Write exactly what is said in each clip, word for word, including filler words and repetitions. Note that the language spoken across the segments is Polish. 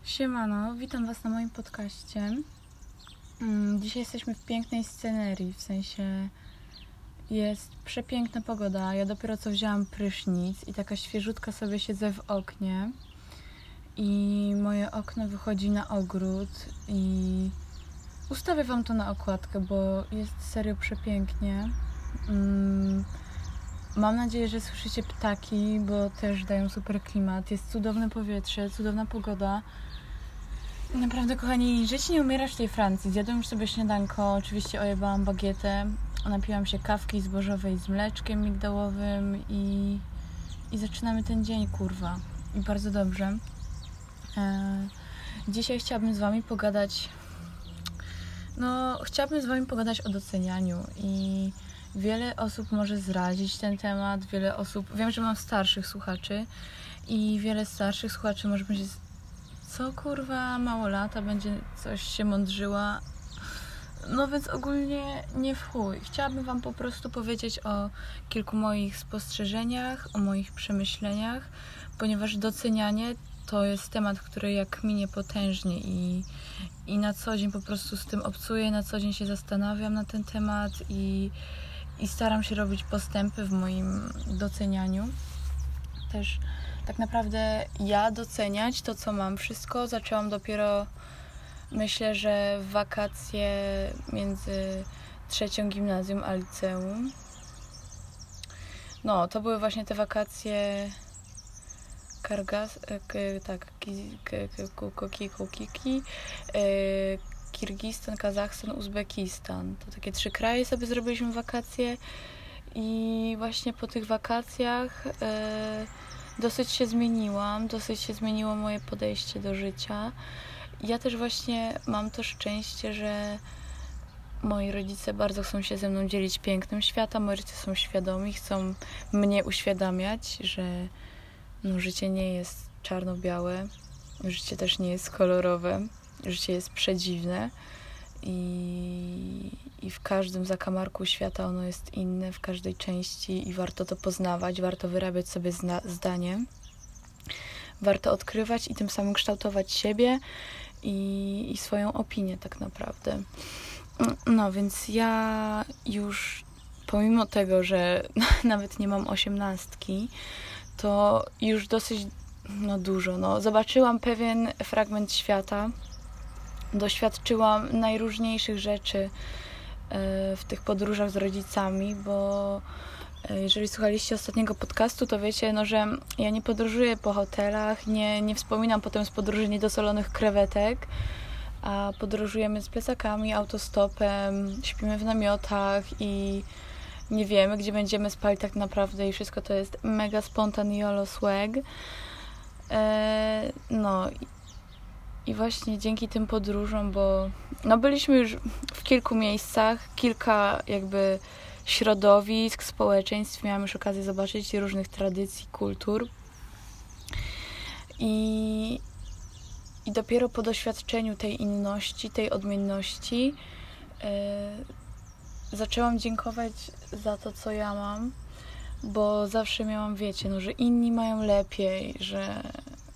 Siemano, witam Was na moim podcaście. Dzisiaj jesteśmy w pięknej scenerii, w sensie jest przepiękna pogoda. Ja dopiero co wzięłam prysznic i taka świeżutka sobie siedzę w oknie i moje okno wychodzi na ogród i ustawię Wam to na okładkę, bo jest serio przepięknie. Mam nadzieję, że słyszycie ptaki, bo też dają super klimat. Jest cudowne powietrze, cudowna pogoda. Naprawdę, kochani, żyć nie umierać w tej Francji. Zjadłam już sobie śniadanko, oczywiście ojebałam bagietę, napiłam się kawki zbożowej z mleczkiem migdałowym i, i zaczynamy ten dzień, kurwa. I bardzo dobrze. E, dzisiaj chciałabym z Wami pogadać, no, chciałabym z Wami pogadać o docenianiu i wiele osób może zrazić ten temat, wiele osób, wiem, że mam starszych słuchaczy i wiele starszych słuchaczy może będzie co kurwa, mało lata, będzie coś się mądrzyła. No więc ogólnie nie w chuj. Chciałabym Wam po prostu powiedzieć o kilku moich spostrzeżeniach, o moich przemyśleniach, ponieważ docenianie to jest temat, który jak minie potężnie i, i na co dzień po prostu z tym obcuję, na co dzień się zastanawiam na ten temat i, i staram się robić postępy w moim docenianiu. Też tak naprawdę ja doceniać to, co mam wszystko, zaczęłam dopiero, myślę, że w wakacje między trzecią gimnazjum a liceum. No, to były właśnie te wakacje Kargas, tak, Kiki, Kiki, Kirgistan, Kazachstan, Uzbekistan. To takie trzy kraje sobie zrobiliśmy wakacje i właśnie po tych wakacjach dosyć się zmieniłam, dosyć się zmieniło moje podejście do życia. Ja też właśnie mam to szczęście, że moi rodzice bardzo chcą się ze mną dzielić pięknem świata. Moi rodzice są świadomi, chcą mnie uświadamiać, że no, życie nie jest czarno-białe, życie też nie jest kolorowe, życie jest przedziwne i, i w każdym zakamarku świata ono jest inne, w każdej części i warto to poznawać, warto wyrabiać sobie zna- zdanie, warto odkrywać i tym samym kształtować siebie i, i swoją opinię tak naprawdę. No więc ja już pomimo tego, że nawet nie mam osiemnastki, to już dosyć no dużo, no zobaczyłam pewien fragment świata, doświadczyłam najróżniejszych rzeczy w tych podróżach z rodzicami, bo jeżeli słuchaliście ostatniego podcastu, to wiecie, no, że ja nie podróżuję po hotelach, nie, nie wspominam potem z podróży niedosolonych krewetek, a podróżujemy z plecakami, autostopem, śpimy w namiotach i nie wiemy, gdzie będziemy spali tak naprawdę i wszystko to jest mega spontan YOLO swag. Eee, no i właśnie dzięki tym podróżom, bo no byliśmy już w kilku miejscach, kilka jakby środowisk, społeczeństw, miałam już okazję zobaczyć różnych tradycji, kultur i, i dopiero po doświadczeniu tej inności, tej odmienności yy, zaczęłam dziękować za to, co ja mam, bo zawsze miałam, wiecie, no, że inni mają lepiej, że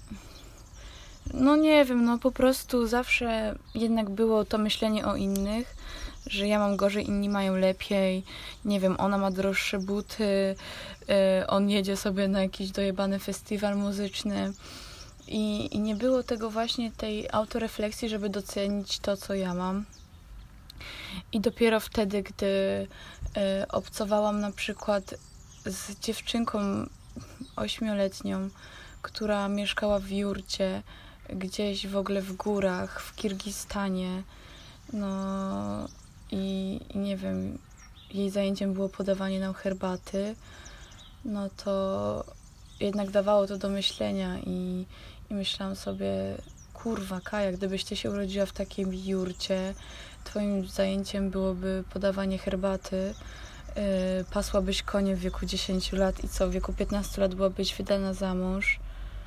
no nie wiem, no po prostu zawsze jednak było to myślenie o innych, że ja mam gorzej, inni mają lepiej, nie wiem, ona ma droższe buty, yy, on jedzie sobie na jakiś dojebany festiwal muzyczny i, i nie było tego właśnie, tej autorefleksji, żeby docenić to, co ja mam. I dopiero wtedy, gdy yy, obcowałam na przykład z dziewczynką ośmioletnią, która mieszkała w jurcie, gdzieś w ogóle w górach, w Kirgistanie, no i, i nie wiem, jej zajęciem było podawanie nam herbaty, no to jednak dawało to do myślenia i, i myślałam sobie, kurwa Kaja, gdybyś ty się urodziła w takiej jurcie, twoim zajęciem byłoby podawanie herbaty, yy, pasłabyś konie w wieku dziesięciu lat i co, w wieku piętnastu lat byłabyś wydana za mąż,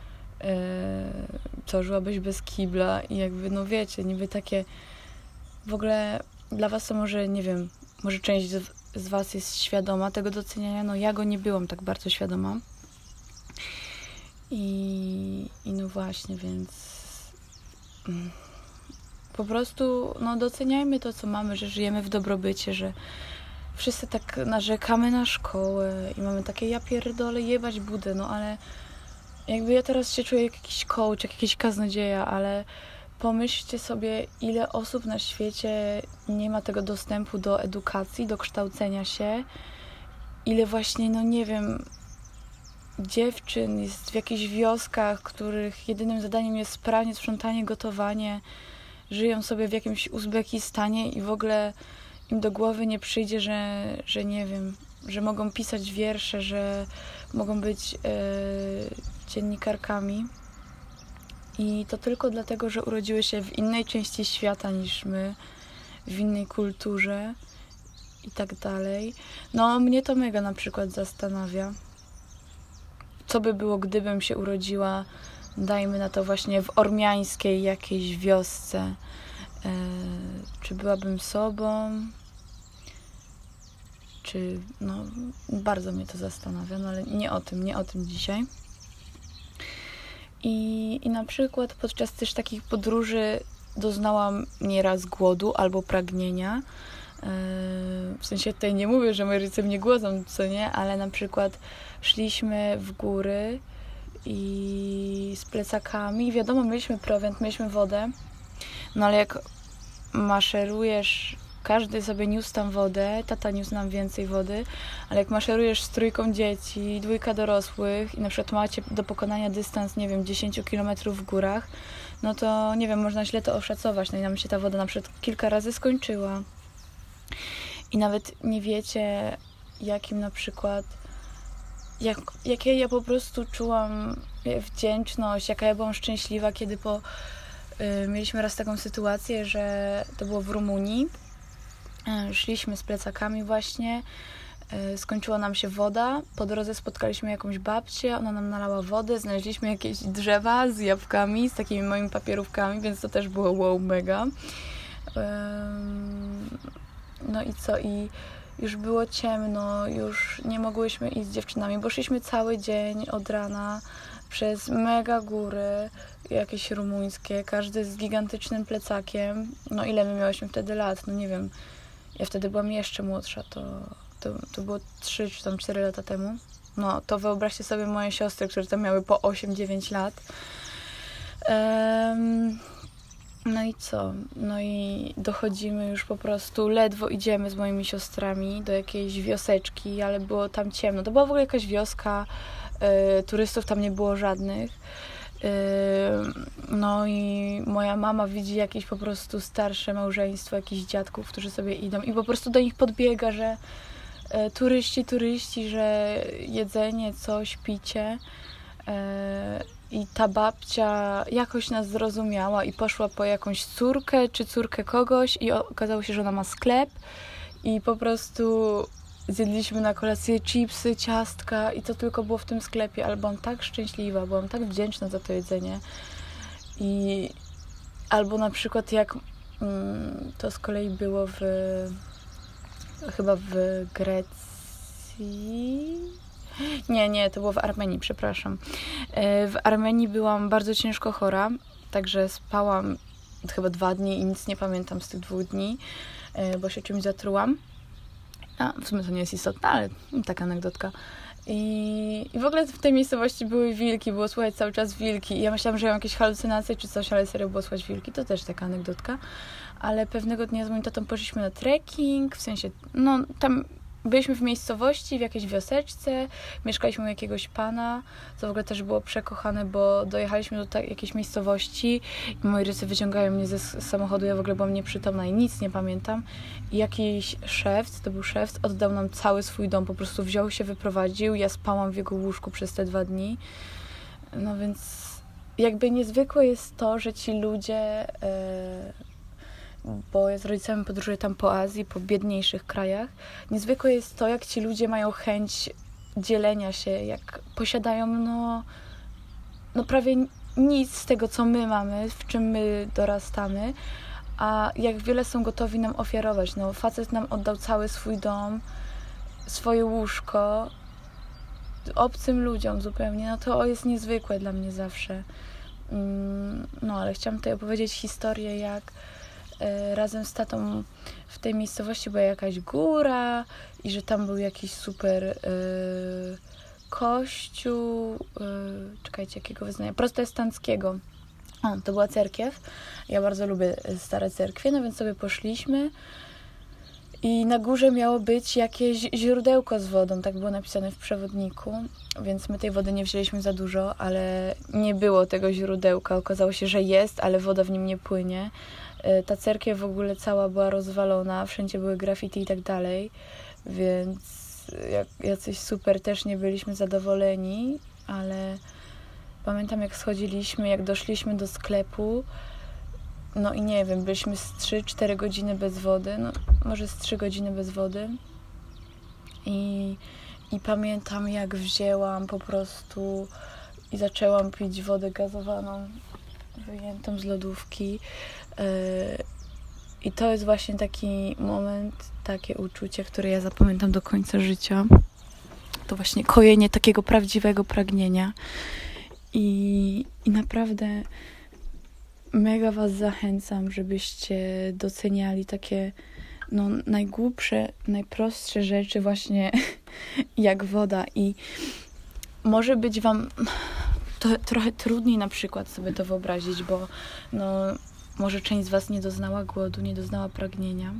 to żyłabyś bez kibla i jakby, no wiecie, niby takie w ogóle dla was to może, nie wiem, może część z, z was jest świadoma tego doceniania, no ja go nie byłam tak bardzo świadoma i, i no właśnie, więc po prostu no, doceniajmy to, co mamy, że żyjemy w dobrobycie, że wszyscy tak narzekamy na szkołę i mamy takie ja pierdolę jebać budę, no ale jakby ja teraz się czuję jak jakiś coach, jak jakiś kaznodzieja, ale pomyślcie sobie, ile osób na świecie nie ma tego dostępu do edukacji, do kształcenia się, ile właśnie, no nie wiem, dziewczyn jest w jakichś wioskach, których jedynym zadaniem jest pranie, sprzątanie, gotowanie, żyją sobie w jakimś Uzbekistanie i w ogóle im do głowy nie przyjdzie, że, że nie wiem, że mogą pisać wiersze, że mogą być e, dziennikarkami. I to tylko dlatego, że urodziły się w innej części świata niż my, w innej kulturze i tak dalej. No, mnie to mega na przykład zastanawia. Co by było, gdybym się urodziła, dajmy na to właśnie w ormiańskiej jakiejś wiosce. E, czy byłabym sobą? Czy, no, bardzo mnie to zastanawia, no ale nie o tym, nie o tym dzisiaj. I, i na przykład podczas też takich podróży doznałam nieraz głodu albo pragnienia. Yy, w sensie tutaj nie mówię, że moi rodzice mnie głodzą, co nie, ale na przykład szliśmy w góry i z plecakami. Wiadomo, mieliśmy prowiant, mieliśmy wodę, no ale jak maszerujesz, każdy sobie niósł tam wodę, tata niósł nam więcej wody, ale jak maszerujesz z trójką dzieci, dwójka dorosłych i na przykład macie do pokonania dystans, nie wiem, dziesięć kilometrów w górach, no to nie wiem, można źle to oszacować, no i nam się ta woda na przykład kilka razy skończyła. I nawet nie wiecie, jakim na przykład, jak, jakie ja po prostu czułam wdzięczność, jaka ja byłam szczęśliwa, kiedy po, y, mieliśmy raz taką sytuację, że to było w Rumunii. Szliśmy z plecakami właśnie, skończyła nam się woda, po drodze spotkaliśmy jakąś babcię, ona nam nalała wodę, znaleźliśmy jakieś drzewa z jabłkami, z takimi moimi papierówkami, więc to też było wow, mega. No i co? I już było ciemno, już nie mogłyśmy iść z dziewczynami, bo szliśmy cały dzień od rana przez mega góry, jakieś rumuńskie, każdy z gigantycznym plecakiem. No ile my miałyśmy wtedy lat? No nie wiem. Ja wtedy byłam jeszcze młodsza, to, to, to było trzy czy tam cztery lata temu. No, to wyobraźcie sobie moje siostry, które tam miały po osiem dziewięć lat. Um, no i co? No i dochodzimy już po prostu, ledwo idziemy z moimi siostrami do jakiejś wioseczki, ale było tam ciemno. To była w ogóle jakaś wioska, y, turystów tam nie było żadnych. No i moja mama widzi jakieś po prostu starsze małżeństwo, jakichś dziadków, którzy sobie idą i po prostu do nich podbiega, że e, turyści, turyści, że jedzenie, coś, picie. E, I ta babcia jakoś nas zrozumiała i poszła po jakąś córkę, czy córkę kogoś i okazało się, że ona ma sklep i po prostu zjedliśmy na kolację chipsy, ciastka i to tylko było w tym sklepie, ale byłam tak szczęśliwa, byłam tak wdzięczna za to jedzenie. I albo na przykład jak mm, to z kolei było w chyba w Grecji. Nie, nie, to było w Armenii, przepraszam. W Armenii byłam bardzo ciężko chora, także spałam chyba dwa dni i nic nie pamiętam z tych dwóch dni, bo się czymś zatrułam. A, w sumie to nie jest istotne, ale taka anegdotka. I, I w ogóle w tej miejscowości były wilki, było słychać cały czas wilki. I ja myślałam, że mam jakieś halucynacje czy coś, ale serio było słychać wilki. To też taka anegdotka. Ale pewnego dnia z moim tatą poszliśmy na trekking, w sensie, no tam byliśmy w miejscowości, w jakiejś wioseczce, mieszkaliśmy u jakiegoś pana, co w ogóle też było przekochane, bo dojechaliśmy do ta- jakiejś miejscowości i moi rodzice wyciągają mnie ze s- samochodu, ja w ogóle byłam nieprzytomna i nic nie pamiętam. I jakiś szewc, to był szewc, oddał nam cały swój dom, po prostu wziął się, wyprowadził, ja spałam w jego łóżku przez te dwa dni. No więc jakby niezwykłe jest to, że ci ludzie... Yy, bo ja z rodzicami podróżuję tam po Azji, po biedniejszych krajach. Niezwykłe jest to, jak ci ludzie mają chęć dzielenia się, jak posiadają no, no prawie nic z tego, co my mamy, w czym my dorastamy, a jak wiele są gotowi nam ofiarować. No, facet nam oddał cały swój dom, swoje łóżko, obcym ludziom zupełnie. No to jest niezwykłe dla mnie zawsze. No, ale chciałam tutaj opowiedzieć historię, jak razem z tatą w tej miejscowości była jakaś góra i że tam był jakiś super yy, kościół, yy, czekajcie, jakiego wyznania, protestanckiego. O, to była cerkiew. Ja bardzo lubię stare cerkwie, no więc sobie poszliśmy i na górze miało być jakieś źródełko z wodą, tak było napisane w przewodniku, więc my tej wody nie wzięliśmy za dużo, ale nie było tego źródełka. Okazało się, że jest, ale woda w nim nie płynie. Ta cerkiew w ogóle cała była rozwalona, wszędzie były graffiti i tak dalej, więc jak, jacyś super też nie byliśmy zadowoleni, ale pamiętam, jak schodziliśmy, jak doszliśmy do sklepu, no i nie wiem, byliśmy z trzy cztery godziny bez wody, no może z trzy godziny bez wody i, i pamiętam, jak wzięłam po prostu i zaczęłam pić wodę gazowaną wyjętą z lodówki. I to jest właśnie taki moment, takie uczucie, które ja zapamiętam do końca życia. To właśnie kojenie takiego prawdziwego pragnienia. I, i naprawdę mega was zachęcam, żebyście doceniali takie no, najgłupsze, najprostsze rzeczy właśnie jak woda. I może być wam to trochę trudniej na przykład sobie to wyobrazić, bo no, może część z was nie doznała głodu, nie doznała pragnienia.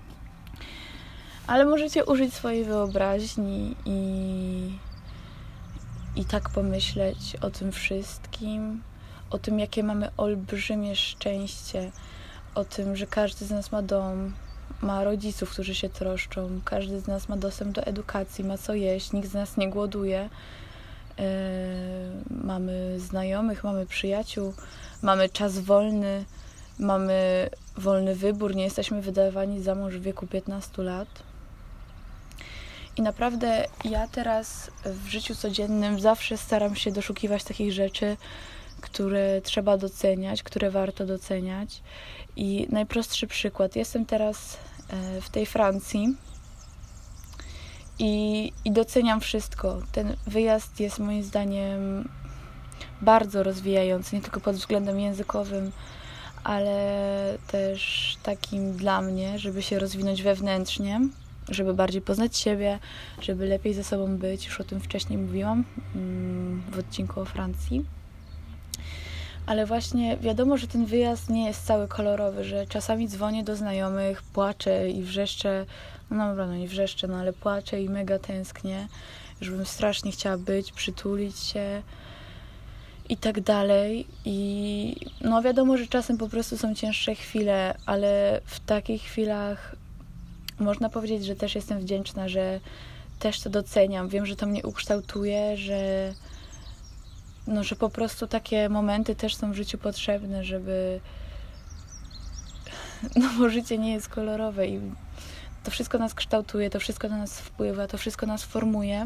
Ale możecie użyć swojej wyobraźni i, i tak pomyśleć o tym wszystkim, o tym, jakie mamy olbrzymie szczęście, o tym, że każdy z nas ma dom, ma rodziców, którzy się troszczą, każdy z nas ma dostęp do edukacji, ma co jeść, nikt z nas nie głoduje. Yy, mamy znajomych, mamy przyjaciół, mamy czas wolny, mamy wolny wybór, nie jesteśmy wydawani za mąż w wieku piętnastu lat. I naprawdę ja teraz w życiu codziennym zawsze staram się doszukiwać takich rzeczy, które trzeba doceniać, które warto doceniać. I najprostszy przykład. Jestem teraz w tej Francji i, i doceniam wszystko. Ten wyjazd jest moim zdaniem bardzo rozwijający, nie tylko pod względem językowym, ale też takim dla mnie, żeby się rozwinąć wewnętrznie, żeby bardziej poznać siebie, żeby lepiej ze sobą być. Już o tym wcześniej mówiłam w odcinku o Francji. Ale właśnie wiadomo, że ten wyjazd nie jest cały kolorowy, że czasami dzwonię do znajomych, płaczę i wrzeszczę, no dobra, no nie wrzeszczę, no ale płaczę i mega tęsknię, już bym strasznie chciała być, przytulić się i tak dalej. I no wiadomo, że czasem po prostu są cięższe chwile, ale w takich chwilach można powiedzieć, że też jestem wdzięczna, że też to doceniam. Wiem, że to mnie ukształtuje, że no, że po prostu takie momenty też są w życiu potrzebne, żeby no bo życie nie jest kolorowe i to wszystko nas kształtuje, to wszystko na nas wpływa, to wszystko nas formuje.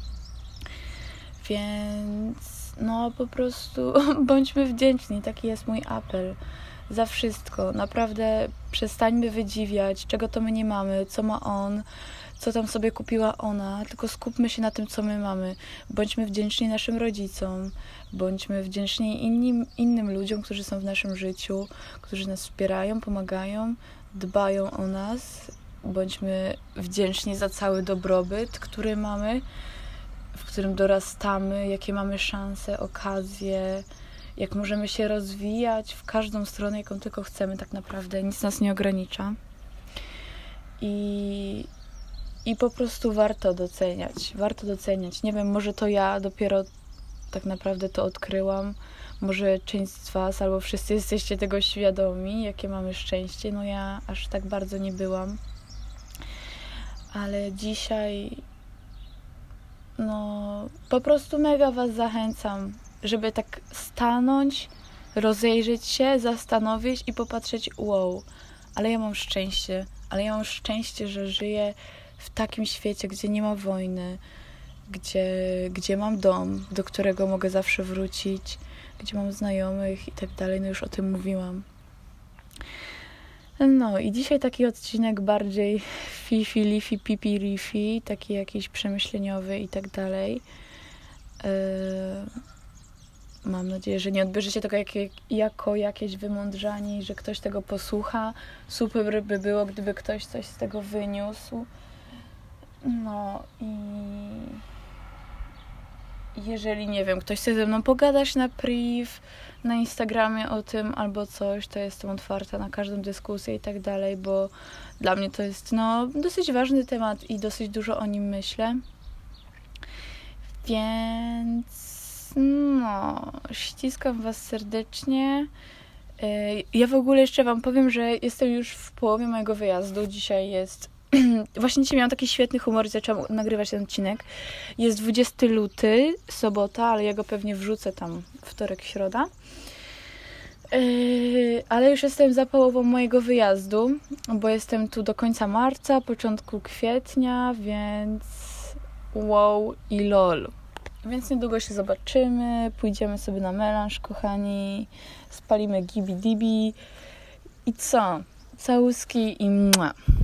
Więc no po prostu bądźmy wdzięczni, taki jest mój apel za wszystko. Naprawdę przestańmy wydziwiać, czego to my nie mamy, co ma on, co tam sobie kupiła ona, tylko skupmy się na tym, co my mamy. Bądźmy wdzięczni naszym rodzicom, bądźmy wdzięczni innym, innym ludziom, którzy są w naszym życiu, którzy nas wspierają, pomagają, dbają o nas. Bądźmy wdzięczni za cały dobrobyt, który mamy, w którym dorastamy, jakie mamy szanse, okazje, jak możemy się rozwijać w każdą stronę, jaką tylko chcemy tak naprawdę. Nic nas nie ogranicza. I I po prostu warto doceniać, warto doceniać. Nie wiem, może to ja dopiero tak naprawdę to odkryłam, może część z was albo wszyscy jesteście tego świadomi, jakie mamy szczęście. No ja aż tak bardzo nie byłam. Ale dzisiaj no po prostu mega was zachęcam, żeby tak stanąć, rozejrzeć się, zastanowić i popatrzeć, wow, ale ja mam szczęście, ale ja mam szczęście, że żyję w takim świecie, gdzie nie ma wojny, gdzie, gdzie mam dom, do którego mogę zawsze wrócić, gdzie mam znajomych i tak dalej, no już o tym mówiłam. No i dzisiaj taki odcinek bardziej fifi, lifi, pipi, rifi, taki jakiś przemyśleniowy i tak dalej. mam nadzieję, że nie odbierzecie tego jak, jako jakieś wymądrzanie i że ktoś tego posłucha. Super by było, gdyby ktoś coś z tego wyniósł. No i jeżeli, nie wiem, ktoś chce ze mną pogadać na priv, na Instagramie o tym albo coś, to jestem otwarta na każdą dyskusję i tak dalej, bo dla mnie to jest no dosyć ważny temat i dosyć dużo o nim myślę. Więc no, ściskam Was serdecznie. Ja w ogóle jeszcze Wam powiem, że jestem już w połowie mojego wyjazdu. Dzisiaj jest... Właśnie dzisiaj miałam taki świetny humor i zaczęłam nagrywać ten odcinek. Jest dwudziestego lutego, sobota, ale ja go pewnie wrzucę tam wtorek, środa. Yy, ale już jestem za połową mojego wyjazdu, bo jestem tu do końca marca, początku kwietnia, więc wow i lol. Więc niedługo się zobaczymy, pójdziemy sobie na melanż, kochani, spalimy gibi-dibi i co? Całuski i mua.